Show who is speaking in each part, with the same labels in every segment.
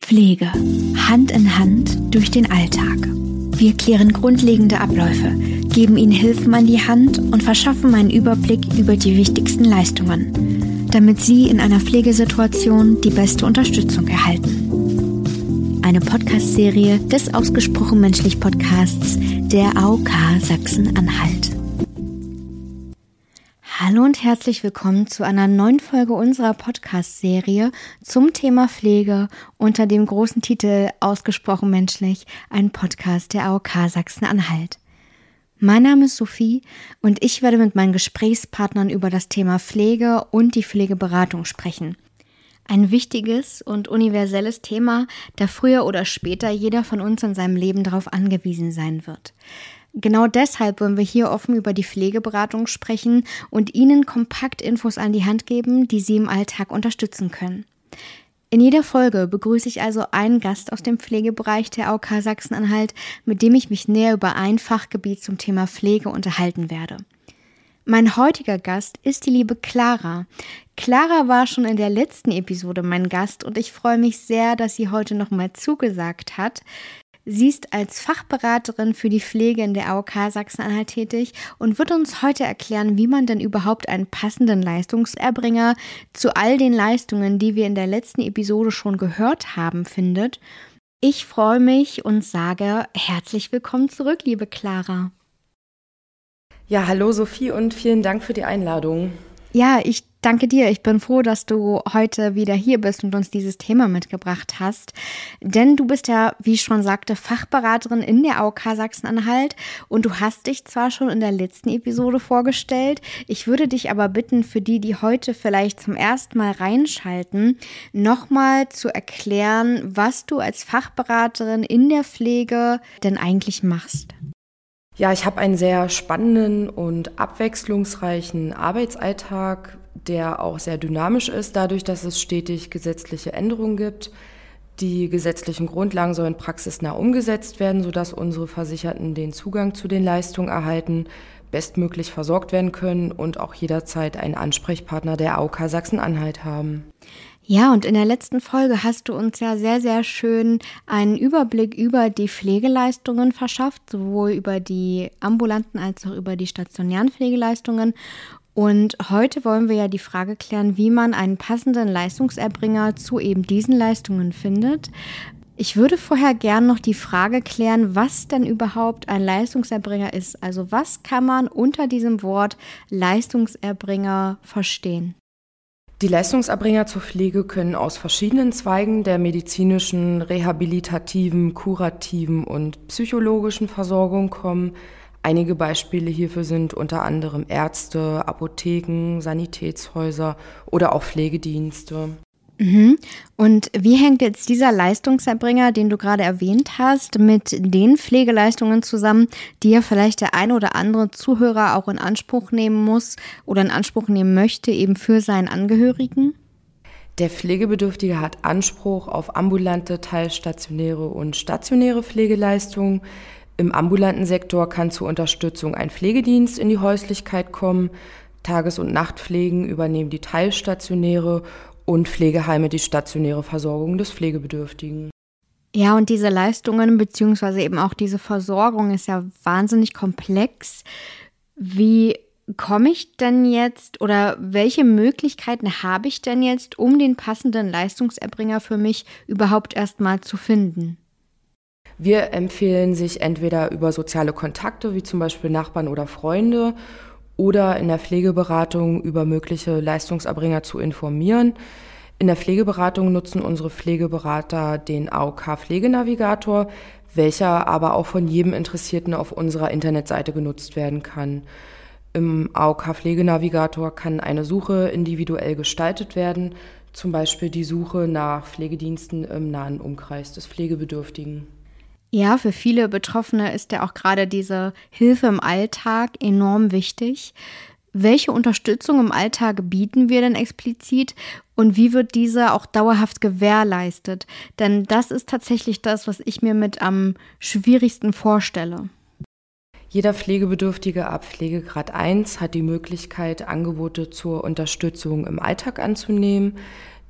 Speaker 1: Pflege. Hand in Hand durch den Alltag. Wir klären grundlegende Abläufe, geben Ihnen Hilfen an die Hand und verschaffen einen Überblick über die wichtigsten Leistungen, damit Sie in einer Pflegesituation die beste Unterstützung erhalten. Eine Podcast-Serie des Ausgesprochen Menschlich Podcasts der AOK Sachsen-Anhalt. Hallo und herzlich willkommen zu einer neuen Folge unserer Podcast-Serie zum Thema Pflege unter dem großen Titel Ausgesprochen Menschlich, ein Podcast der AOK Sachsen-Anhalt. Mein Name ist Sophie und ich werde mit meinen Gesprächspartnern über das Thema Pflege und die Pflegeberatung sprechen. Ein wichtiges und universelles Thema, da früher oder später jeder von uns in seinem Leben darauf angewiesen sein wird. Genau deshalb wollen wir hier offen über die Pflegeberatung sprechen und Ihnen kompakt Infos an die Hand geben, die Sie im Alltag unterstützen können. In jeder Folge begrüße ich also einen Gast aus dem Pflegebereich der AOK Sachsen-Anhalt, mit dem ich mich näher über ein Fachgebiet zum Thema Pflege unterhalten werde. Mein heutiger Gast ist die liebe Clara. Clara war schon in der letzten Episode mein Gast und ich freue mich sehr, dass sie heute nochmal zugesagt hat. Sie ist als Fachberaterin für die Pflege in der AOK Sachsen-Anhalt tätig und wird uns heute erklären, wie man denn überhaupt einen passenden Leistungserbringer zu all den Leistungen, die wir in der letzten Episode schon gehört haben, findet. Ich freue mich und sage herzlich willkommen zurück, liebe Clara.
Speaker 2: Ja, hallo Sophie und vielen Dank für die Einladung.
Speaker 1: Ja, ich danke dir. Ich bin froh, dass du heute wieder hier bist und uns dieses Thema mitgebracht hast. Denn du bist ja, wie ich schon sagte, Fachberaterin in der AOK Sachsen-Anhalt und du hast dich zwar schon in der letzten Episode vorgestellt. Ich würde dich aber bitten, für die, die heute vielleicht zum ersten Mal reinschalten, nochmal zu erklären, was du als Fachberaterin in der Pflege denn eigentlich machst.
Speaker 2: Ja, ich habe einen sehr spannenden und abwechslungsreichen Arbeitsalltag, der auch sehr dynamisch ist, dadurch, dass es stetig gesetzliche Änderungen gibt. Die gesetzlichen Grundlagen sollen praxisnah umgesetzt werden, sodass unsere Versicherten den Zugang zu den Leistungen erhalten, bestmöglich versorgt werden können und auch jederzeit einen Ansprechpartner der AOK Sachsen-Anhalt haben.
Speaker 1: Ja, und in der letzten Folge hast du uns ja sehr, sehr schön einen Überblick über die Pflegeleistungen verschafft, sowohl über die ambulanten als auch über die stationären Pflegeleistungen. Und heute wollen wir ja die Frage klären, wie man einen passenden Leistungserbringer zu eben diesen Leistungen findet. Ich würde vorher gern noch die Frage klären, was denn überhaupt ein Leistungserbringer ist. Also was kann man unter diesem Wort Leistungserbringer verstehen?
Speaker 2: Die Leistungserbringer zur Pflege können aus verschiedenen Zweigen der medizinischen, rehabilitativen, kurativen und psychologischen Versorgung kommen. Einige Beispiele hierfür sind unter anderem Ärzte, Apotheken, Sanitätshäuser oder auch Pflegedienste.
Speaker 1: Und wie hängt jetzt dieser Leistungserbringer, den du gerade erwähnt hast, mit den Pflegeleistungen zusammen, die ja vielleicht der ein oder andere Zuhörer auch in Anspruch nehmen muss oder in Anspruch nehmen möchte, eben für seinen Angehörigen?
Speaker 2: Der Pflegebedürftige hat Anspruch auf ambulante, teilstationäre und stationäre Pflegeleistungen. Im ambulanten Sektor kann zur Unterstützung ein Pflegedienst in die Häuslichkeit kommen. Tages- und Nachtpflegen übernehmen die teilstationäre und Pflegeheime die stationäre Versorgung des Pflegebedürftigen.
Speaker 1: Ja, und diese Leistungen beziehungsweise eben auch diese Versorgung ist ja wahnsinnig komplex. Wie komme ich denn jetzt oder welche Möglichkeiten habe ich denn jetzt, um den passenden Leistungserbringer für mich überhaupt erstmal zu finden?
Speaker 2: Wir empfehlen sich entweder über soziale Kontakte, wie zum Beispiel Nachbarn oder Freunde, oder in der Pflegeberatung über mögliche Leistungserbringer zu informieren. In der Pflegeberatung nutzen unsere Pflegeberater den AOK-Pflegenavigator, welcher aber auch von jedem Interessierten auf unserer Internetseite genutzt werden kann. Im AOK-Pflegenavigator kann eine Suche individuell gestaltet werden, zum Beispiel die Suche nach Pflegediensten im nahen Umkreis des Pflegebedürftigen.
Speaker 1: Ja, für viele Betroffene ist ja auch gerade diese Hilfe im Alltag enorm wichtig. Welche Unterstützung im Alltag bieten wir denn explizit und wie wird diese auch dauerhaft gewährleistet? Denn das ist tatsächlich das, was ich mir mit am schwierigsten vorstelle.
Speaker 2: Jeder Pflegebedürftige ab Pflegegrad 1 hat die Möglichkeit, Angebote zur Unterstützung im Alltag anzunehmen.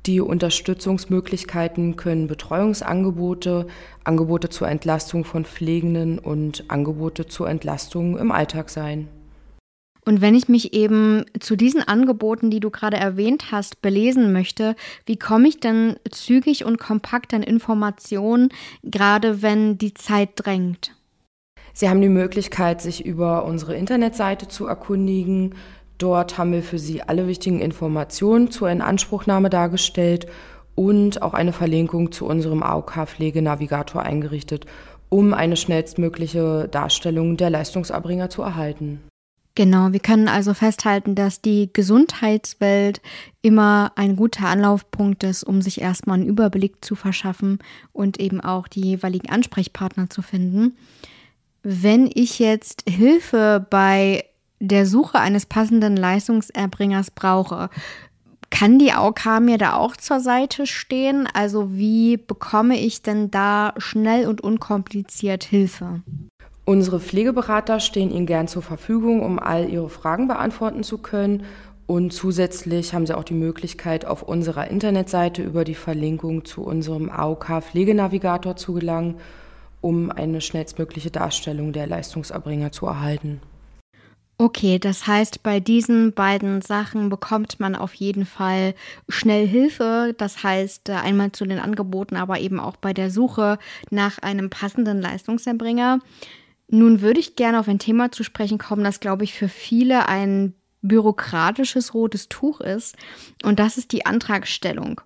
Speaker 2: Die Unterstützungsmöglichkeiten können Betreuungsangebote, Angebote zur Entlastung von Pflegenden und Angebote zur Entlastung im Alltag sein.
Speaker 1: Und wenn ich mich eben zu diesen Angeboten, die du gerade erwähnt hast, belesen möchte, wie komme ich denn zügig und kompakt an Informationen, gerade wenn die Zeit drängt?
Speaker 2: Sie haben die Möglichkeit, sich über unsere Internetseite zu erkundigen. Dort haben wir für Sie alle wichtigen Informationen zur Inanspruchnahme dargestellt und auch eine Verlinkung zu unserem AOK-Pflegenavigator eingerichtet, um eine schnellstmögliche Darstellung der Leistungserbringer zu erhalten.
Speaker 1: Genau, wir können also festhalten, dass die Gesundheitswelt immer ein guter Anlaufpunkt ist, um sich erstmal einen Überblick zu verschaffen und eben auch die jeweiligen Ansprechpartner zu finden. Wenn ich jetzt Hilfe bei der Suche eines passenden Leistungserbringers brauche, kann die AOK mir da auch zur Seite stehen? Also wie bekomme ich denn da schnell und unkompliziert Hilfe?
Speaker 2: Unsere Pflegeberater stehen Ihnen gern zur Verfügung, um all Ihre Fragen beantworten zu können. Und zusätzlich haben Sie auch die Möglichkeit, auf unserer Internetseite über die Verlinkung zu unserem AOK-Pflegenavigator zu gelangen, um eine schnellstmögliche Darstellung der Leistungserbringer zu erhalten.
Speaker 1: Okay, das heißt, bei diesen beiden Sachen bekommt man auf jeden Fall schnell Hilfe. Das heißt, einmal zu den Angeboten, aber eben auch bei der Suche nach einem passenden Leistungserbringer. Nun würde ich gerne auf ein Thema zu sprechen kommen, das, glaube ich, für viele ein bürokratisches rotes Tuch ist. Und das ist die Antragstellung.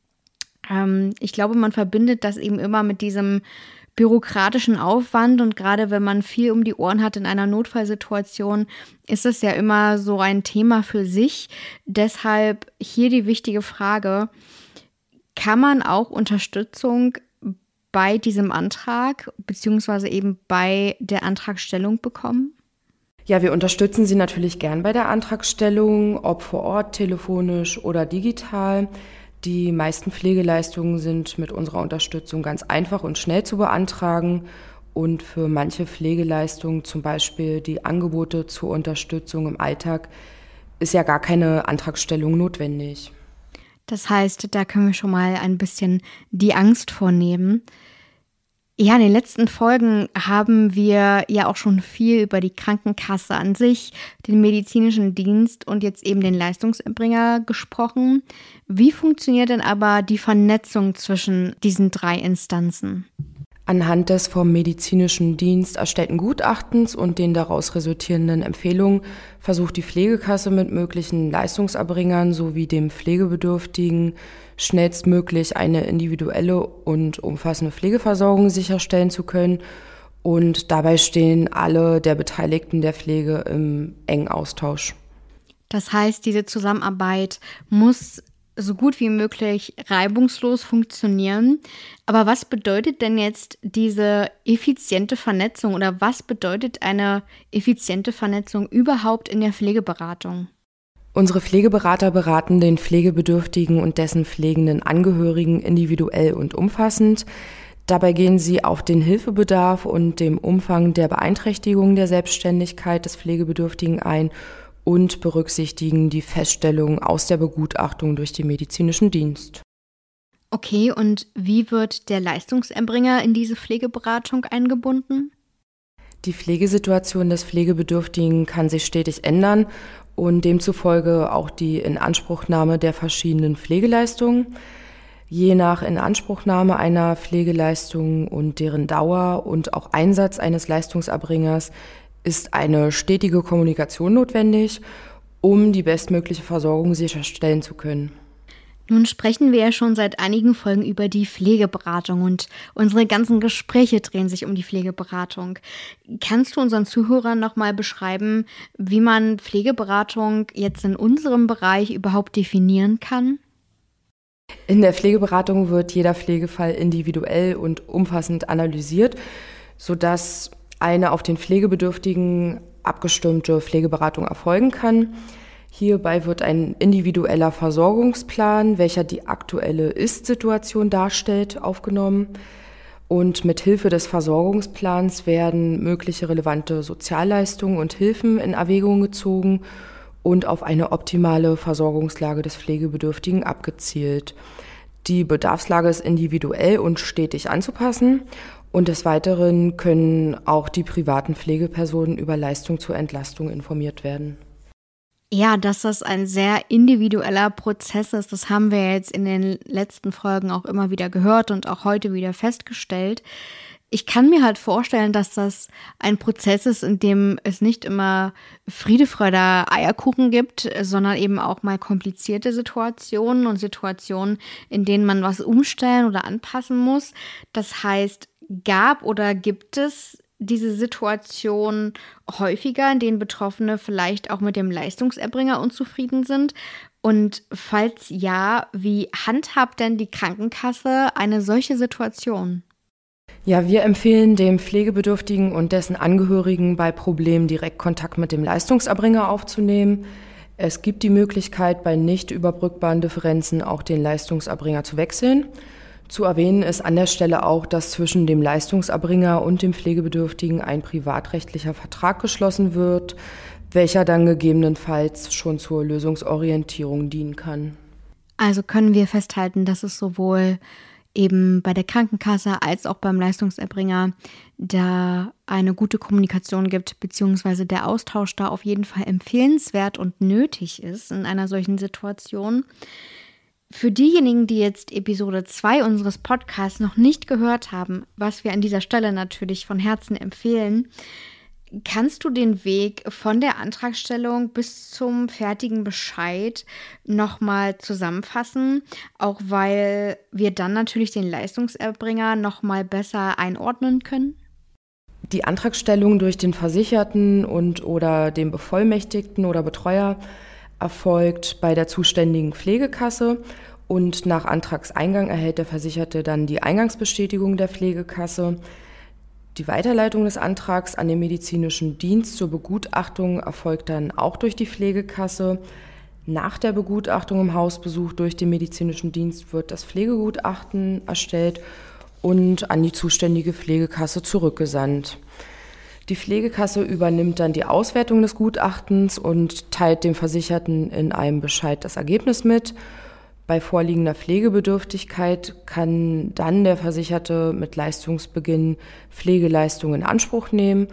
Speaker 1: Ich glaube, man verbindet das eben immer mit diesem bürokratischen Aufwand. Und gerade wenn man viel um die Ohren hat in einer Notfallsituation, ist es ja immer so ein Thema für sich. Deshalb hier die wichtige Frage: Kann man auch Unterstützung bei diesem Antrag beziehungsweise eben bei der Antragstellung bekommen?
Speaker 2: Ja, wir unterstützen Sie natürlich gern bei der Antragstellung, ob vor Ort, telefonisch oder digital. Die meisten Pflegeleistungen sind mit unserer Unterstützung ganz einfach und schnell zu beantragen. Und für manche Pflegeleistungen, zum Beispiel die Angebote zur Unterstützung im Alltag, ist ja gar keine Antragstellung notwendig.
Speaker 1: Das heißt, da können wir schon mal ein bisschen die Angst vornehmen. Ja, in den letzten Folgen haben wir ja auch schon viel über die Krankenkasse an sich, den medizinischen Dienst und jetzt eben den Leistungserbringer gesprochen. Wie funktioniert denn aber die Vernetzung zwischen diesen drei Instanzen?
Speaker 2: Anhand des vom medizinischen Dienst erstellten Gutachtens und den daraus resultierenden Empfehlungen versucht die Pflegekasse mit möglichen Leistungserbringern sowie dem Pflegebedürftigen schnellstmöglich eine individuelle und umfassende Pflegeversorgung sicherstellen zu können. Und dabei stehen alle der Beteiligten der Pflege im engen Austausch.
Speaker 1: Das heißt, diese Zusammenarbeit muss so gut wie möglich reibungslos funktionieren. Aber was bedeutet denn jetzt diese effiziente Vernetzung oder was bedeutet eine effiziente Vernetzung überhaupt in der Pflegeberatung?
Speaker 2: Unsere Pflegeberater beraten den Pflegebedürftigen und dessen pflegenden Angehörigen individuell und umfassend. Dabei gehen sie auf den Hilfebedarf und den Umfang der Beeinträchtigung der Selbstständigkeit des Pflegebedürftigen ein und berücksichtigen die Feststellung aus der Begutachtung durch den medizinischen Dienst.
Speaker 1: Okay, und wie wird der Leistungserbringer in diese Pflegeberatung eingebunden?
Speaker 2: Die Pflegesituation des Pflegebedürftigen kann sich stetig ändern und demzufolge auch die Inanspruchnahme der verschiedenen Pflegeleistungen. Je nach Inanspruchnahme einer Pflegeleistung und deren Dauer und auch Einsatz eines Leistungserbringers ist eine stetige Kommunikation notwendig, um die bestmögliche Versorgung sicherstellen zu können.
Speaker 1: Nun sprechen wir ja schon seit einigen Folgen über die Pflegeberatung und unsere ganzen Gespräche drehen sich um die Pflegeberatung. Kannst du unseren Zuhörern nochmal beschreiben, wie man Pflegeberatung jetzt in unserem Bereich überhaupt definieren kann?
Speaker 2: In der Pflegeberatung wird jeder Pflegefall individuell und umfassend analysiert, sodass eine auf den Pflegebedürftigen abgestimmte Pflegeberatung erfolgen kann. Hierbei wird ein individueller Versorgungsplan, welcher die aktuelle Ist-Situation darstellt, aufgenommen. Und mit Hilfe des Versorgungsplans werden mögliche relevante Sozialleistungen und Hilfen in Erwägung gezogen und auf eine optimale Versorgungslage des Pflegebedürftigen abgezielt. Die Bedarfslage ist individuell und stetig anzupassen. Und des Weiteren können auch die privaten Pflegepersonen über Leistung zur Entlastung informiert werden.
Speaker 1: Ja, dass das ein sehr individueller Prozess ist, das haben wir jetzt in den letzten Folgen auch immer wieder gehört und auch heute wieder festgestellt. Ich kann mir halt vorstellen, dass das ein Prozess ist, in dem es nicht immer Friede, Freude, Eierkuchen gibt, sondern eben auch mal komplizierte Situationen und Situationen, in denen man was umstellen oder anpassen muss. Das heißt, gab oder gibt es diese Situation häufiger, in denen Betroffene vielleicht auch mit dem Leistungserbringer unzufrieden sind? Und falls ja, wie handhabt denn die Krankenkasse eine solche Situation?
Speaker 2: Ja, wir empfehlen dem Pflegebedürftigen und dessen Angehörigen bei Problemen direkt Kontakt mit dem Leistungserbringer aufzunehmen. Es gibt die Möglichkeit, bei nicht überbrückbaren Differenzen auch den Leistungserbringer zu wechseln. Zu erwähnen ist an der Stelle auch, dass zwischen dem Leistungserbringer und dem Pflegebedürftigen ein privatrechtlicher Vertrag geschlossen wird, welcher dann gegebenenfalls schon zur Lösungsorientierung dienen kann.
Speaker 1: Also können wir festhalten, dass es sowohl eben bei der Krankenkasse als auch beim Leistungserbringer da eine gute Kommunikation gibt, beziehungsweise der Austausch da auf jeden Fall empfehlenswert und nötig ist in einer solchen Situation. Für diejenigen, die jetzt Episode 2 unseres Podcasts noch nicht gehört haben, was wir an dieser Stelle natürlich von Herzen empfehlen, kannst du den Weg von der Antragstellung bis zum fertigen Bescheid nochmal zusammenfassen, auch weil wir dann natürlich den Leistungserbringer nochmal besser einordnen können?
Speaker 2: Die Antragstellung durch den Versicherten oder den Bevollmächtigten oder Betreuer erfolgt bei der zuständigen Pflegekasse und nach Antragseingang erhält der Versicherte dann die Eingangsbestätigung der Pflegekasse. Die Weiterleitung des Antrags an den medizinischen Dienst zur Begutachtung erfolgt dann auch durch die Pflegekasse. Nach der Begutachtung im Hausbesuch durch den medizinischen Dienst wird das Pflegegutachten erstellt und an die zuständige Pflegekasse zurückgesandt. Die Pflegekasse übernimmt dann die Auswertung des Gutachtens und teilt dem Versicherten in einem Bescheid das Ergebnis mit. Bei vorliegender Pflegebedürftigkeit kann dann der Versicherte mit Leistungsbeginn Pflegeleistungen in Anspruch nehmen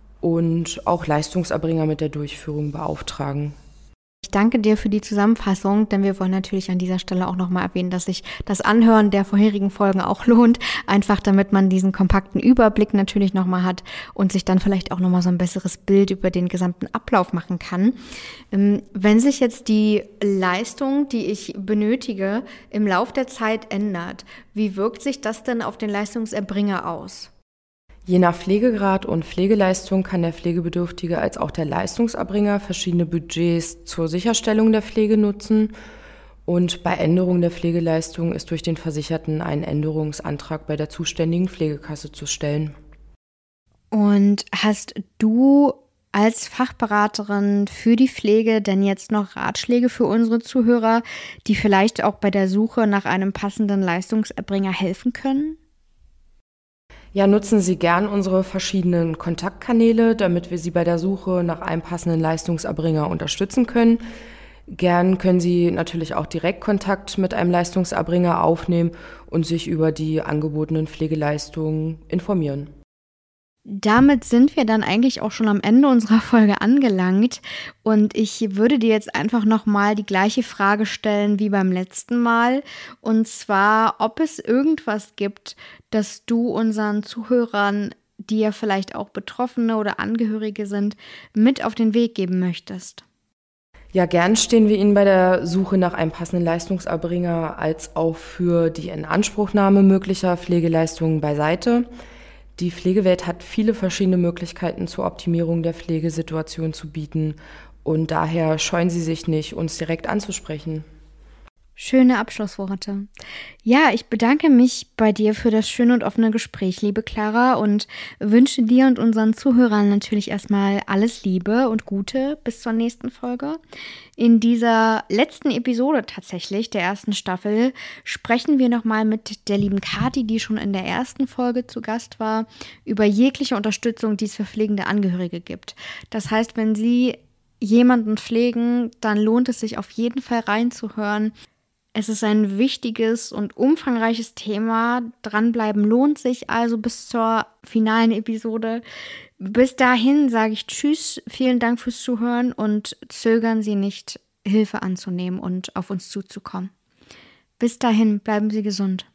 Speaker 2: und auch Leistungserbringer mit der Durchführung beauftragen.
Speaker 1: Ich danke dir für die Zusammenfassung, denn wir wollen natürlich an dieser Stelle auch nochmal erwähnen, dass sich das Anhören der vorherigen Folgen auch lohnt, einfach damit man diesen kompakten Überblick natürlich nochmal hat und sich dann vielleicht auch nochmal so ein besseres Bild über den gesamten Ablauf machen kann. Wenn sich jetzt die Leistung, die ich benötige, im Lauf der Zeit ändert, wie wirkt sich das denn auf den Leistungserbringer aus?
Speaker 2: Je nach Pflegegrad und Pflegeleistung kann der Pflegebedürftige als auch der Leistungserbringer verschiedene Budgets zur Sicherstellung der Pflege nutzen. Und bei Änderung der Pflegeleistung ist durch den Versicherten ein Änderungsantrag bei der zuständigen Pflegekasse zu stellen.
Speaker 1: Und hast du als Fachberaterin für die Pflege denn jetzt noch Ratschläge für unsere Zuhörer, die vielleicht auch bei der Suche nach einem passenden Leistungserbringer helfen können?
Speaker 2: Ja, nutzen Sie gern unsere verschiedenen Kontaktkanäle, damit wir Sie bei der Suche nach einem passenden Leistungserbringer unterstützen können. Gern können Sie natürlich auch direkt Kontakt mit einem Leistungserbringer aufnehmen und sich über die angebotenen Pflegeleistungen informieren.
Speaker 1: Damit sind wir dann eigentlich auch schon am Ende unserer Folge angelangt und ich würde dir jetzt einfach nochmal die gleiche Frage stellen wie beim letzten Mal, und zwar, ob es irgendwas gibt, das du unseren Zuhörern, die ja vielleicht auch Betroffene oder Angehörige sind, mit auf den Weg geben möchtest.
Speaker 2: Ja, gern stehen wir Ihnen bei der Suche nach einem passenden Leistungserbringer als auch für die Inanspruchnahme möglicher Pflegeleistungen beiseite. Die Pflegewelt hat viele verschiedene Möglichkeiten zur Optimierung der Pflegesituation zu bieten und daher scheuen Sie sich nicht, uns direkt anzusprechen.
Speaker 1: Schöne Abschlussworte. Ja, ich bedanke mich bei dir für das schöne und offene Gespräch, liebe Clara, und wünsche dir und unseren Zuhörern natürlich erstmal alles Liebe und Gute bis zur nächsten Folge. In dieser letzten Episode tatsächlich der ersten Staffel sprechen wir nochmal mit der lieben Kathi, die schon in der ersten Folge zu Gast war, über jegliche Unterstützung, die es für pflegende Angehörige gibt. Das heißt, wenn Sie jemanden pflegen, dann lohnt es sich auf jeden Fall reinzuhören. Es ist ein wichtiges und umfangreiches Thema. Dranbleiben lohnt sich also bis zur finalen Episode. Bis dahin sage ich Tschüss, vielen Dank fürs Zuhören und zögern Sie nicht, Hilfe anzunehmen und auf uns zuzukommen. Bis dahin, bleiben Sie gesund.